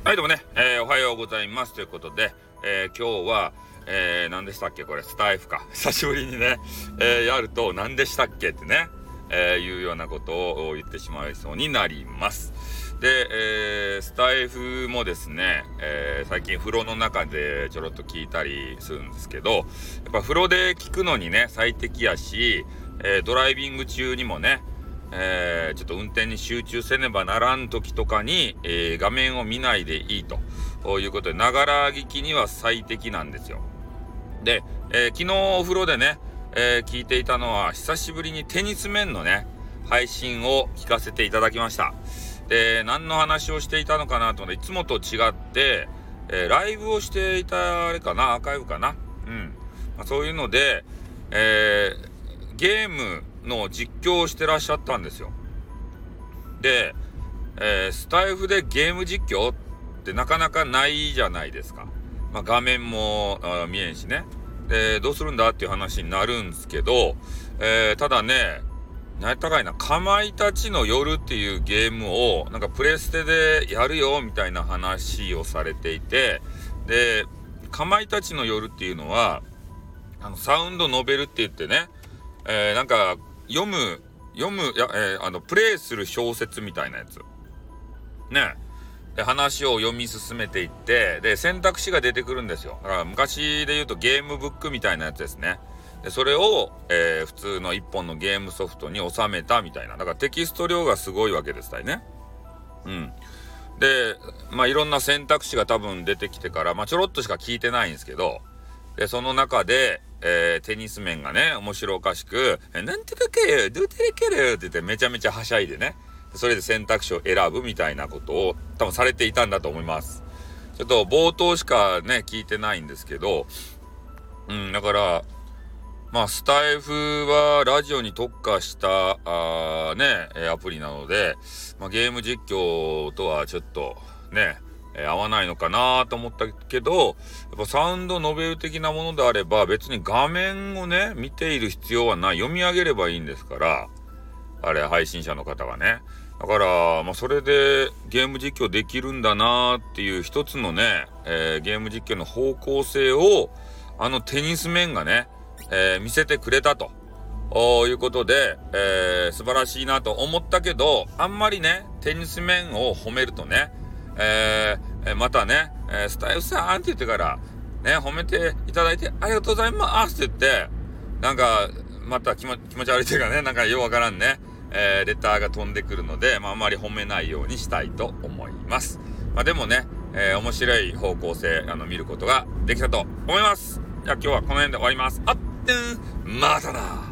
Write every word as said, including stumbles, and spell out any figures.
はい、どうもね、えー、おはようございますということで、えー、今日は、えー、何でしたっけこれ、スタイフか。久しぶりにね、えー、やると何でしたっけってね、えー、いうようなことを言ってしまいそうになります。で、えー、スタイフもですね、えー、最近風呂の中でちょろっと聞いたりするんですけど、やっぱ風呂で聞くのにね、最適やし、えー、ドライビング中にもね、えー、ちょっと運転に集中せねばならん時とかに、えー、画面を見ないでいいということで、ながら聞きには最適なんですよ。で、えー、昨日お風呂でね、えー、聞いていたのは久しぶりにテニス面のね配信を聞かせていただきました。で、何の話をしていたのかなと思って、いつもと違って、えー、ライブをしていたあれかな、アーカイブかな、うん、まあ、そういうので、えー、ゲームの実況をしてらっしゃったんですよ。で、えー、スタイフでゲーム実況ってなかなかないじゃないですか。まあ、画面も見えんしね。で、どうするんだっていう話になるんですけど、えー、ただね、何やったかいな、かまいたちの夜っていうゲームをなんかプレステでやるよみたいな話をされていて、で、かまいたちの夜っていうのはあのサウンドノベルって言ってね、えー、なんか読む読むや、えー、あのプレイする小説みたいなやつね。で、話を読み進めていって、で、選択肢が出てくるんですよ。だから昔で言うとゲームブックみたいなやつですね。で、それを、えー、普通の一本のゲームソフトに収めたみたいな。だからテキスト量がすごいわけですね。うん。で、まあいろんな選択肢が多分出てきてから、まあちょろっとしか聞いてないんですけど、で、その中で、えー、テニス面がね、面白おかしく、え、なんてだけどうてれけるって言ってめちゃめちゃはしゃいでね、それで選択肢を選ぶみたいなことを多分されていたんだと思います。ちょっと冒頭しかね、聞いてないんですけど、うん、だから、まあ、スタイフはラジオに特化した、あね、アプリなので、まあ、ゲーム実況とはちょっとね、えー、合わないのかなと思ったけど、やっぱサウンドノベル的なものであれば別に画面をね、見ている必要はない。読み上げればいいんですから、あれ、配信者の方がね。だから、まあ、それでゲーム実況できるんだなっていう一つのね、えー、ゲーム実況の方向性を、あのテニス面がね、えー、見せてくれたということで、えー、素晴らしいなと思ったけど、あんまりね、テニス面を褒めるとね、えー、またね、えー、スタイフさんって言ってから、ね、褒めていただいてありがとうございますって言って、なんか、また気持ち悪いというかね、なんかようわからんね、えー、レターが飛んでくるので、まあ、あまり褒めないようにしたいと思います。まあ、でもね、えー、面白い方向性、あの、見ることができたと思います。じゃあ今日はこの辺で終わります。あってん、またな。